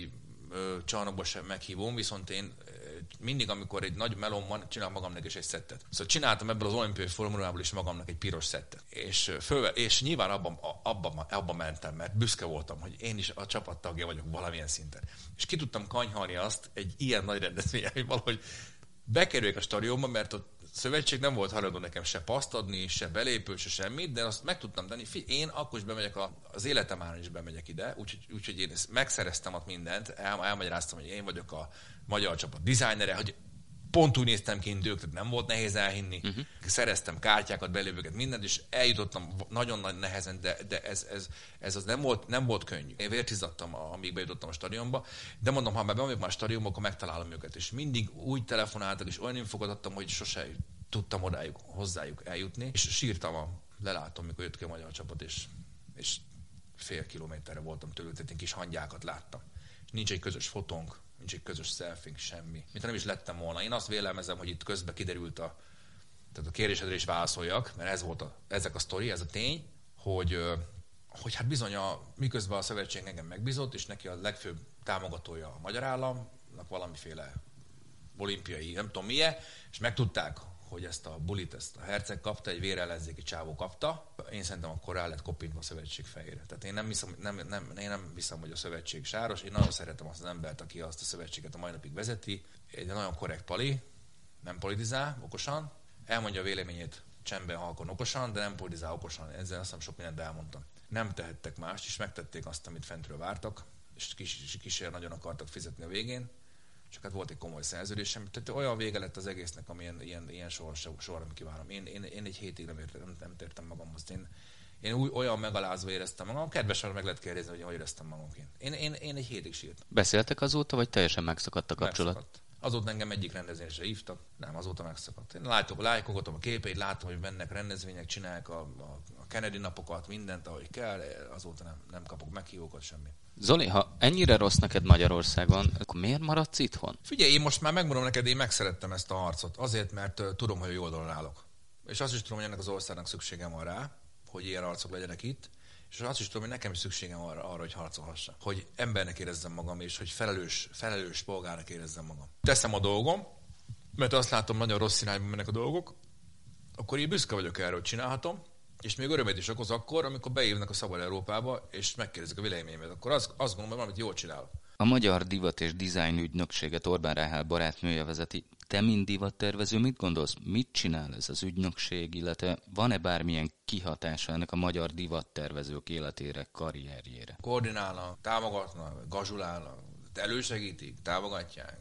csarnokba sem meghívom, viszont én mindig, amikor egy nagy melóm van, csinálom magamnak is egy szettet. Szóval csináltam ebből az olimpiai formulából is magamnak egy piros szettet. És, föl, és nyilván abban abba, abba mentem, mert büszke voltam, hogy én is a csapattagja vagyok valamilyen szinten. És ki tudtam kanyhalni azt egy ilyen nagy rendezvényen, hogy valahogy bekerüljek a stadionba, mert a szövetség nem volt hajlandó nekem se paszt adni, se belépő, se semmit, de azt meg tudtam tenni. Én akkor is bemegyek, a, az életem áron is bemegyek ide, úgyhogy úgy, úgy, én ezt megszereztem ott mindent, el, elmagyaráztam, hogy én vagyok a magyar csapat dizájnere, hogy pont úgy néztem ki, mint ők, tehát nem volt nehéz elhinni. Uh-huh. Szereztem kártyákat, belépőket, mindent, és eljutottam nagyon nagy nehezen, de, de ez, ez, ez az nem volt, nem volt könnyű. Én vértizadtam, amíg bejutottam a stadionba, de mondom, ha már bemegyek már a stadionba, akkor megtalálom őket. És mindig úgy telefonáltak, és olyan infókat adtam, hogy sose tudtam odájuk, hozzájuk eljutni. És sírtam, a, lelátom, mikor jött ki a magyar csapat, és, és fél kilométerre voltam tőlük, tehát én kis hangyákat láttam. És nincs egy közös fotónk, nincs egy közös selfie, semmi. Mint nem is lettem volna. Én azt vélelmezem, hogy itt közben kiderült a, tehát a kérésedre is válaszoljak, mert ez volt a, ezek a sztori, ez a tény, hogy, hogy hát bizony a, miközben a szövetség engem megbízott, és neki a legfőbb támogatója a magyar államnak valamiféle olimpiai, nem tudom milyen, és megtudták, hogy ezt a bulit, ezt a herceg kapta, egy vérellenzéki csávó kapta. Én szerintem akkor rá lett kopintva a szövetség fejére. Tehát én nem hiszem, nem, nem, én nem hiszem, hogy a szövetség sáros. Én nagyon szeretem azt az embert, aki azt a szövetséget a mai napig vezeti. Egy nagyon korrekt pali, nem politizál okosan, elmondja a véleményét csendben, halkon okosan, de nem politizál okosan. Ezzel azt hiszem sok mindent elmondtam. Nem tehettek mást, és megtették azt, amit fentről vártak, és kis, kísér nagyon akartak fizetni a végén. Csak hát volt egy komoly szerződésem. Tehát olyan vége lett az egésznek, ami ilyen, ilyen, ilyen soha, soha nem kívánom. Én, én, én egy hétig nem, értem, nem, nem tértem magamhoz. Én, én új, olyan megalázva éreztem magam. Kedvesen meg lehet kérdezni, hogy hogy éreztem magamként. Én, én, én egy hétig sírtam. Beszéltek azóta, vagy teljesen megszakadt a kapcsolat? Megszakadt. Azóta engem egyik rendezvényre hívtak. Nem, azóta megszakadt. Én látok, lájkogatom a képeit, látom, hogy mennek rendezvények, csinálják a, a, a Kennedy napokat, mindent, ahogy kell. Azóta nem, nem kapok meghívókat, semmit. Zoli, ha ennyire rossz neked Magyarországon, akkor miért maradsz itthon? Figyelj, én most már megmondom neked, én megszerettem ezt a harcot. Azért, mert uh, tudom, hogy a jó oldalon állok. És azt is tudom, hogy ennek az országnak szükségem van rá, hogy ilyen harcok legyenek itt. És azt is tudom, hogy nekem is szükségem van arra, arra hogy harcolhassak. Hogy embernek érezzem magam, és hogy felelős, felelős polgárnak érezzem magam. Teszem a dolgom, mert azt látom, nagyon rossz irányba mennek a dolgok, akkor én büszke vagyok erre, hogy csinálhatom. És még örömet is okoz akkor, amikor beívnak a Szabad Európába, és megkérdezik a véleményemet. Akkor az, azt gondolom, hogy valamit jól csinálok. A Magyar Divat és Design ügynökséget Orbán Ráhel barátnője vezeti. Te, mint divattervező, mit gondolsz? Mit csinál ez az ügynökség, illetve van-e bármilyen kihatása ennek a magyar divattervezők életére, karrierjére? Koordinálnak, támogatnak, gazsulálnak, elősegítik, támogatják.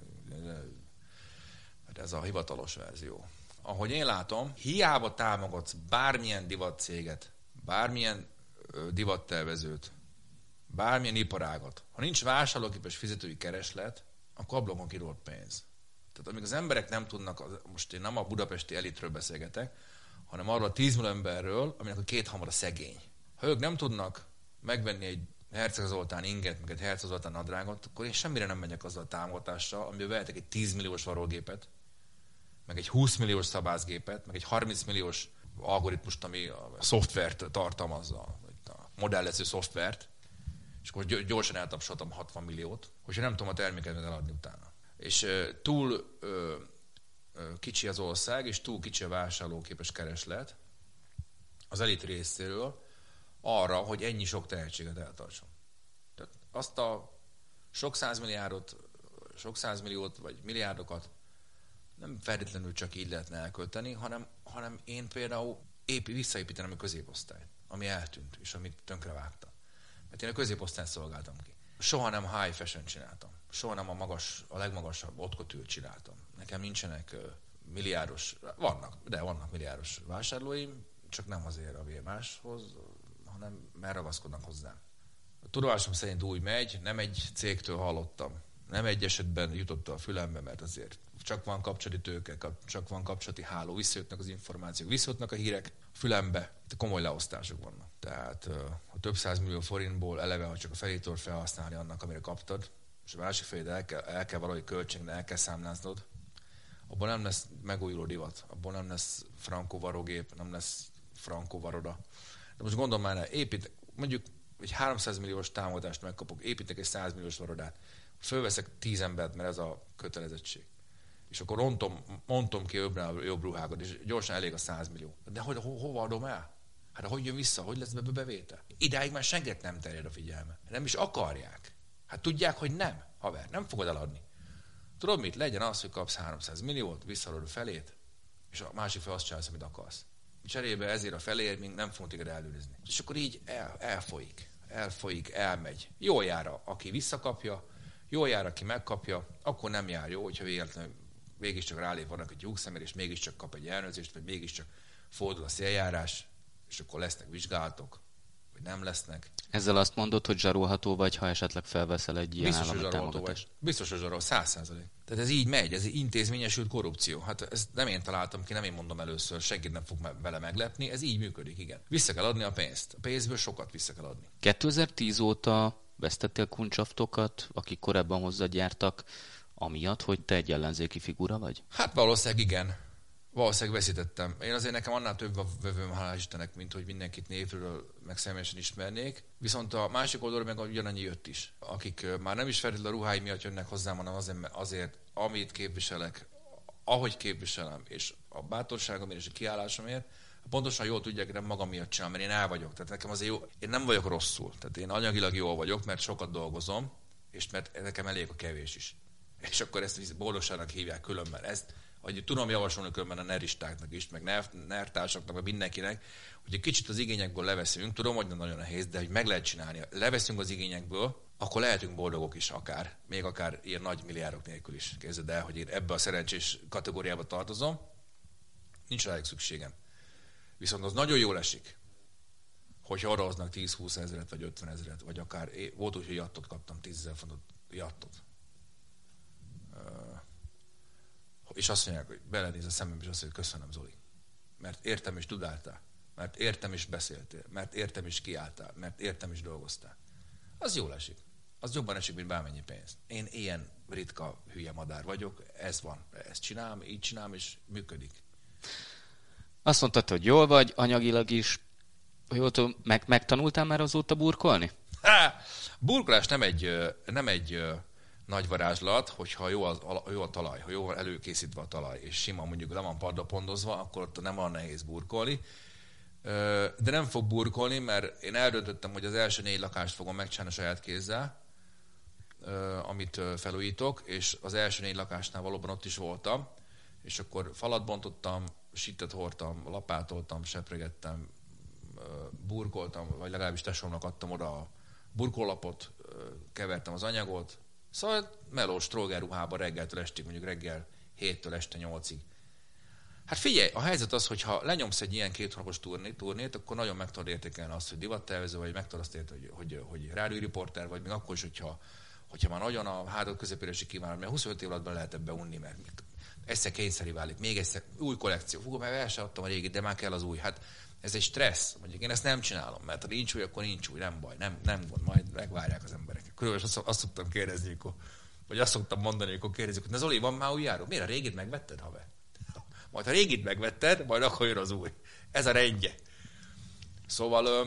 Ez a hivatalos verzió. Ahogy én látom, hiába támogatsz bármilyen divatcéget, bármilyen ö, divattervezőt, bármilyen iparágat, ha nincs vásárlóképes fizetői kereslet, akkor ablakon kirúlt pénz. Tehát amíg az emberek nem tudnak, most én nem a budapesti elitről beszélgetek, hanem arról a tízmillió emberről, aminek a két hamar a szegény. Ha ők nem tudnak megvenni egy Herceg Zoltán inget, meg egy Herceg Zoltán nadrágot, akkor én semmire nem megyek azzal a támogatással, amiben vehetek egy tíz milliós varrógépet, meg egy húsz milliós szabászgépet, meg egy harminc milliós algoritmust, ami a szoftvert tartalmazza, a modellező szoftvert, és akkor gyorsan eltapsoltam hatvan milliót, hogyha nem tudom a terméket eladni utána. És uh, túl uh, uh, kicsi az ország, és túl kicsi a vásárlóképes kereslet az elit részéről arra, hogy ennyi sok tehetséget eltartson. Tehát azt a sok százmilliárdot, sok százmilliót, vagy milliárdokat nem feltétlenül csak így lehetne elkölteni, hanem, hanem én például épi, visszaépítenem a középosztályt, ami eltűnt, és amit tönkrevágta. Mert én a középosztályt szolgáltam ki. Soha nem high fashion csináltam. Soha nem a, magas, a legmagasabb haute csináltam. Nekem nincsenek uh, milliárdos, vannak, de vannak milliárdos vásárlóim, csak nem azért a vérmáshoz, hanem mert ragaszkodnak hozzám. A tudomásom szerint úgy megy, nem egy cégtől hallottam. Nem egy esetben jutott a fülembe, mert azért csak van kapcsolati tőke, csak van kapcsolati háló, visszajutnak az információk, visszajutnak a hírek a fülembe, de komoly leosztások vannak. Tehát a több százmillió forintból eleve, ha csak a felét tudod felhasználni annak, amire kaptad, és a másik felét el kell, el kell valahogy költségnek, el kell számláznod, abban nem lesz megújuló divat, abban nem lesz frankó varrógép, nem lesz frankó varoda. De most gondolom már, épít, mondjuk egy háromszáz milliós támogatást megkapok, építek egy száz milliós varodát, Fölveszek tíz embert, mert ez a kötelezettség. És akkor ontom, mondom ki jobb, jobb ruhákat, és gyorsan elég a száz millió. De hogy, ho, hova adom el? Hát hogy jön vissza? Hogy lesz be bevétel? Idáig már senkit nem terjed a figyelme. Nem is akarják. Hát tudják, hogy nem, haver, nem fogod eladni. Tudod mit? Legyen az, hogy kapsz háromszáz milliót, visszaadod a felét, és a másik fel azt csinálsz, amit akarsz. Cserébe ezért a feléért még nem fogunk téged ellenőrizni. És akkor így el, elfolyik, elfolyik, elmegy. Jól jár, aki visszakapja, jól jár, aki megkapja, akkor nem jár jó, hogyha véletlenül mégiscsak rálép vannak egy lyukszemér, és mégiscsak kap egy ellenőrzést, vagy mégiscsak fordul a széljárás, és akkor lesznek vizsgálatok, vagy nem lesznek. Ezzel azt mondod, hogy zsarolható vagy, ha esetleg felveszel egy ilyen Biztos, állami támogatást? Biztos, hogy zsarol, száz százalék. Tehát ez így megy, ez intézményesült korrupció. Hát ezt nem én találtam ki, nem én mondom először, senki nem fog vele meglepni, ez így működik, igen. Vissza kell adni a pénzt. A pénzből sokat vissza kell adni. kétezer-tíz óta vesztettél kuncsaftokat, akik korábban hozzád jártak, amiatt, hogy te egy ellenzéki figura vagy? Hát valószínűleg igen. Valószínűleg veszítettem. Én azért nekem annál több a vevőm, hálás Istennek, mint hogy mindenkit névről meg személyesen ismernék. Viszont a másik oldalról meg ugyanannyi jött is, akik már nem is feltétlenül a ruhái miatt jönnek hozzám, hanem azért, azért, amit képviselek, ahogy képviselem, és a bátorságomért és a kiállásomért, pontosan jól tudják, hogy nem magam miatt csinálom, mert én el vagyok. Tehát nekem azért jó, én nem vagyok rosszul. Tehát én anyagilag jól vagyok, mert sokat dolgozom, és mert nekem elég a kevés is. És akkor ezt boldogságnak hívják különben. Ezt hogy tudom javasolni különben a neristáknak is, meg nertársaknak, meg mindenkinek, hogy egy kicsit az igényekből leveszünk, tudom, hogy nagyon nehéz, de hogy meg lehet csinálni. Leveszünk az igényekből, akkor lehetünk boldogok is akár, még akár ilyen nagy milliárdok nélkül is. Képzeld el, hogy én ebbe a szerencsés kategóriába tartozom, nincs rájuk szükségem. Viszont az nagyon jól esik, hogyha arahoznak tíz-húsz ezeret, vagy ötven ezeret, vagy akár, volt úgy, hogy jattot kaptam, tízezer fontot jattot. És azt mondják, hogy belenéz a szemembe, és azt mondja, hogy köszönöm, Zoli. Mert értem és tudáltál. Mert értem és beszéltél. Mert értem és kiálltál. Mert értem és dolgoztál. Az jól esik. Az jobban esik, mint bármennyi pénz. Én ilyen ritka hülye madár vagyok. Ez van. Ezt csinálom, így csinálom, és működik. Azt mondtad, hogy jól vagy, anyagilag is. Jól tudom, meg, megtanultál már azóta burkolni? Há! Burkolás nem egy, nem egy nagy varázslat, hogyha jó a, jó a talaj, ha jó van előkészítve a talaj, és sima mondjuk le van padra pondozva, akkor ott nem van nehéz burkolni. De nem fog burkolni, mert én eldöntöttem, hogy az első négy lakást fogom megcsinálni saját kézzel, amit felújítok, és az első négy lakásnál valóban ott is voltam, és akkor falat bontottam, sítet hordtam, lapátoltam, sepregettem, burkoltam, vagy legalábbis tesómnak adtam oda a burkolapot, kevertem az anyagot. Szóval melós tróger ruhában reggeltől estig, mondjuk reggel héttől este nyolcig. Hát figyelj, a helyzet az, hogy ha lenyomsz egy ilyen két hónapos turnét, turnét, akkor nagyon meg tudod értékelni azt, hogy divattervező vagy, meg tudod azt érteni, hogy, hogy, hogy rádióriporter vagy, még akkor is, hogyha, hogyha már nagyon a hátad közepére kívánod, mert huszonöt év alatt be lehet ebbe unni, mert egyszer kényszeri válik, még egyszer új kollekció. Fú, mert el sem adtam a régit, de már kell az új. Hát ez egy stressz. Mondjuk én ezt nem csinálom, mert ha nincs új, akkor nincs új, nem baj, nem, nem gond, majd megvárják az emberek. Körülbelül azt, azt szoktam kérdezni, akkor, vagy azt szoktam mondani, akkor kérdezik, hogy na Zoli, van már új járó? Miért a régit megvetted, haver? Majd ha régit megvetted, majd akkor jön az új. Ez a rendje. Szóval ö,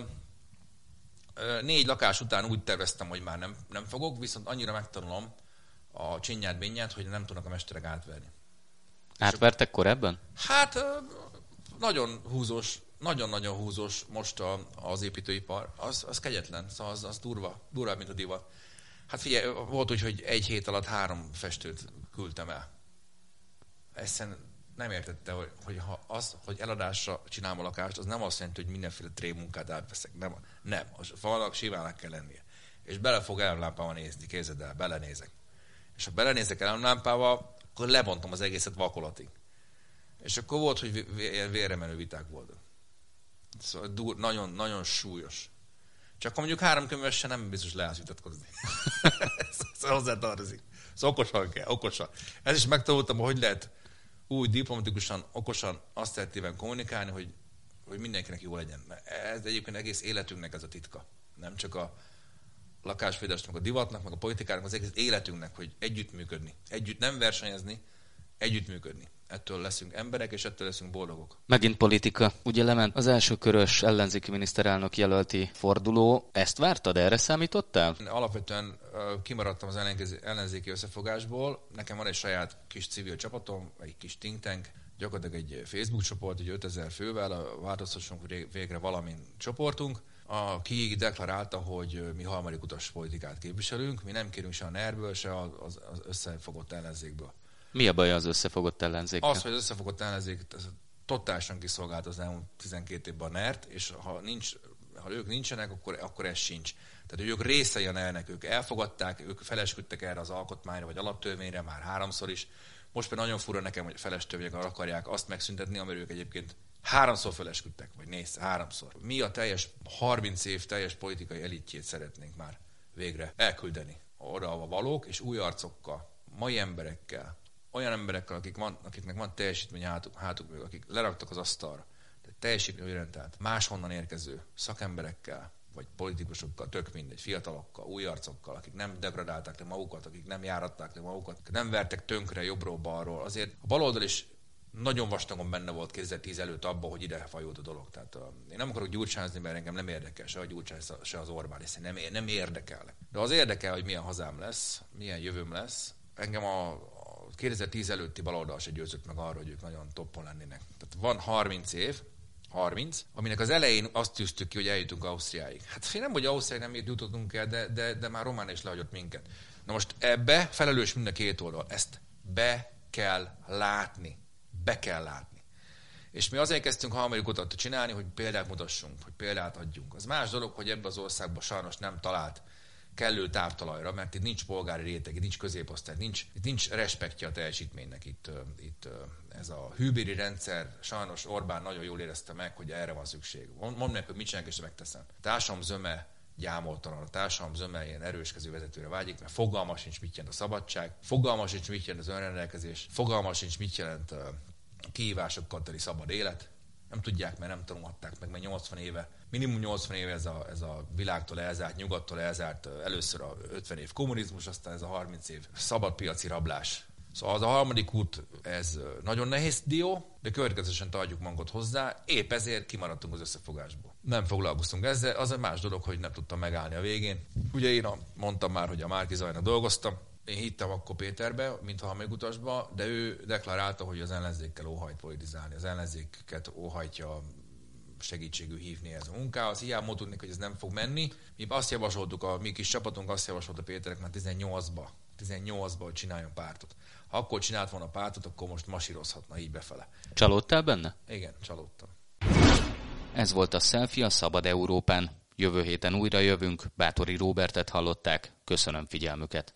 ö, négy lakás után úgy terveztem, hogy már nem, nem fogok, viszont annyira megtanulom a csinyát, bényát, hogy nem tudnak a mesterek átverni. Átvertek korábban? Hát ö, nagyon húzós, nagyon-nagyon húzós most a, az építőipar. Az, az kegyetlen, szóval az, az durva, durvább, mint a divat. Hát figyelj, volt úgy, hogy egy hét alatt három festőt küldtem el. Ezt nem értette, hogy, hogy, ha az, hogy eladásra csinálom a lakást, az nem azt jelenti, hogy mindenféle trémunkát átveszek. Nem, nem. A falnak simának kell lennie. És bele fog elemlámpával nézni, képzeld el, belenézek. És ha belenézek elemlámpával, akkor lebontom az egészet vakolatig. És akkor volt, hogy vérre menő viták voltak. Szóval dur, nagyon, nagyon súlyos. Csak mondjuk három könyvesen nem biztos leállsz vitatkozni. Szóval hozzá tartozik. Szóval okosan kell, okosan. Ez is megtanultam, hogy lehet úgy diplomatikusan, okosan, asszertíven kommunikálni, hogy, hogy mindenkinek jó legyen. Mert ez egyébként egész életünknek ez a titka. Nem csak a lakásvédésnek, meg a divatnak, meg a politikának, az egész életünknek, hogy együttműködni. Együtt nem versenyezni, együttműködni. Ettől leszünk emberek, és ettől leszünk boldogok. Megint politika. Ugye lement az első körös ellenzéki miniszterelnök jelölti forduló. Ezt vártad? Erre számítottál? Alapvetően kimaradtam az ellenzéki összefogásból. Nekem van egy saját kis civil csapatom, egy kis think tank, gyakorlatilag egy Facebook csoport, egy ötezer fővel, változtassunk végre valamin csoportunk, aki deklarálta, hogy mi harmadik utas politikát képviselünk, mi nem kérünk se a NER-ből, se az összefogott ellenzékből. Mi a baj az összefogott ellenzékkel? Az, hogy az összefogott ellenzék totálisan kiszolgált az elmúlt tizenkét évben a NER-t, és ha, nincs, ha ők nincsenek, akkor, akkor ez sincs. Tehát ők részei a NER-nek, ők elfogadták, ők felesküdtek erre az alkotmányra, vagy alaptörvényre már háromszor is. Most már nagyon fura nekem, hogy feles törvényekkel akarják azt megszüntetni, amiről ők egyébként háromszor felesküdtek, vagy nézd, háromszor. Mi a teljes harminc év teljes politikai elitjét szeretnénk már végre elküldeni oda, ahova valók, és új arcokkal, mai emberekkel, olyan emberekkel, akik van, akiknek van teljesítmény hátuk, hátuk mögött, akik leraktak az asztalra, de teljesítményorientált, máshonnan érkező szakemberekkel, vagy politikusokkal, tök mindegy, fiatalokkal, új arcokkal, akik nem degradálták le magukat, akik nem járatták le magukat, nem vertek tönkre jobbról-balról. Azért a baloldal is nagyon vastagon benne volt kétezer-tíz előtt abban, hogy ide fajult a dolog. Tehát uh, én nem akarok gyurcsányozni, mert engem nem érdekel se a Gyurcsány, se az Orbán, és nem, nem érdekelnek. De az érdekel, hogy milyen hazám lesz, milyen jövőm lesz. Engem a kétezer-tíz előtti baloldal se győzött meg arra, hogy ők nagyon toppon lennének. Tehát van harminc év, harminc, aminek az elején azt tűztük ki, hogy eljutunk Ausztriáig. Hát én nem, hogy Ausztriáig nem jutottunk el, de, de, de már Románia is lehagyott minket. Na most ebbe felelős mind a két oldal. Ezt be kell látni. Be kell látni. És mi azért kezdtünk harmadik utat csinálni, hogy példát mutassunk, hogy példát adjunk. Az más dolog, hogy ebbe az országban sajnos nem talált kellő távtalajra, mert itt nincs polgári réteg, itt nincs középosztály, nincs, itt nincs respektje a teljesítménynek. Itt, itt ez a hűbéri rendszer, sajnos Orbán nagyon jól érezte meg, hogy erre van szükség. Mondd meg, hogy mit csinálok, és megteszem. A társadalom zöme gyámoltalan, a társadalom zöme ilyen erőskező vezetőre vágyik, mert fogalma sincs, mit jelent a szabadság, fogalma sincs, mit jelent az önrendelkezés, fogalma sincs, mit jelent a kihívásokkal teli szabad élet. Nem tudják, mert nem tanulhatták meg, mert nyolcvan éve, minimum nyolcvan éve ez a, ez a világtól elzárt, nyugattól elzárt, először a ötven év kommunizmus, aztán ez a harminc év szabadpiaci rablás. Szóval az a harmadik út, ez nagyon nehéz dió, de következetesen tartjuk magunkat hozzá, épp ezért kimaradtunk az összefogásból. Nem foglalkoztunk ezzel, az egy más dolog, hogy nem tudtam megállni a végén. Ugye én a, mondtam már, hogy a Márki Zajnak dolgoztam, én hittem akkor Péterbe, mint a harmadik utasba, de ő deklarálta, hogy az ellenzékkel óhajt politizálni, az ellenzéket óhajtja segítségül hívni ez a munkához. Hiába tudnék, hogy ez nem fog menni. Mi azt javasoltuk, a mi kis csapatunk azt javasolta Péterek már tizennyolcba, tizennyolcba, hogy csináljon pártot. Ha akkor csinált volna pártot, akkor most masírozhatna így befele. Csalódtál benne? Igen, csalódtam. Ez volt a Selfie a Szabad Európán. Jövő héten újra jövünk, Báthori Róbertet hallották. Köszönöm figyelmüket.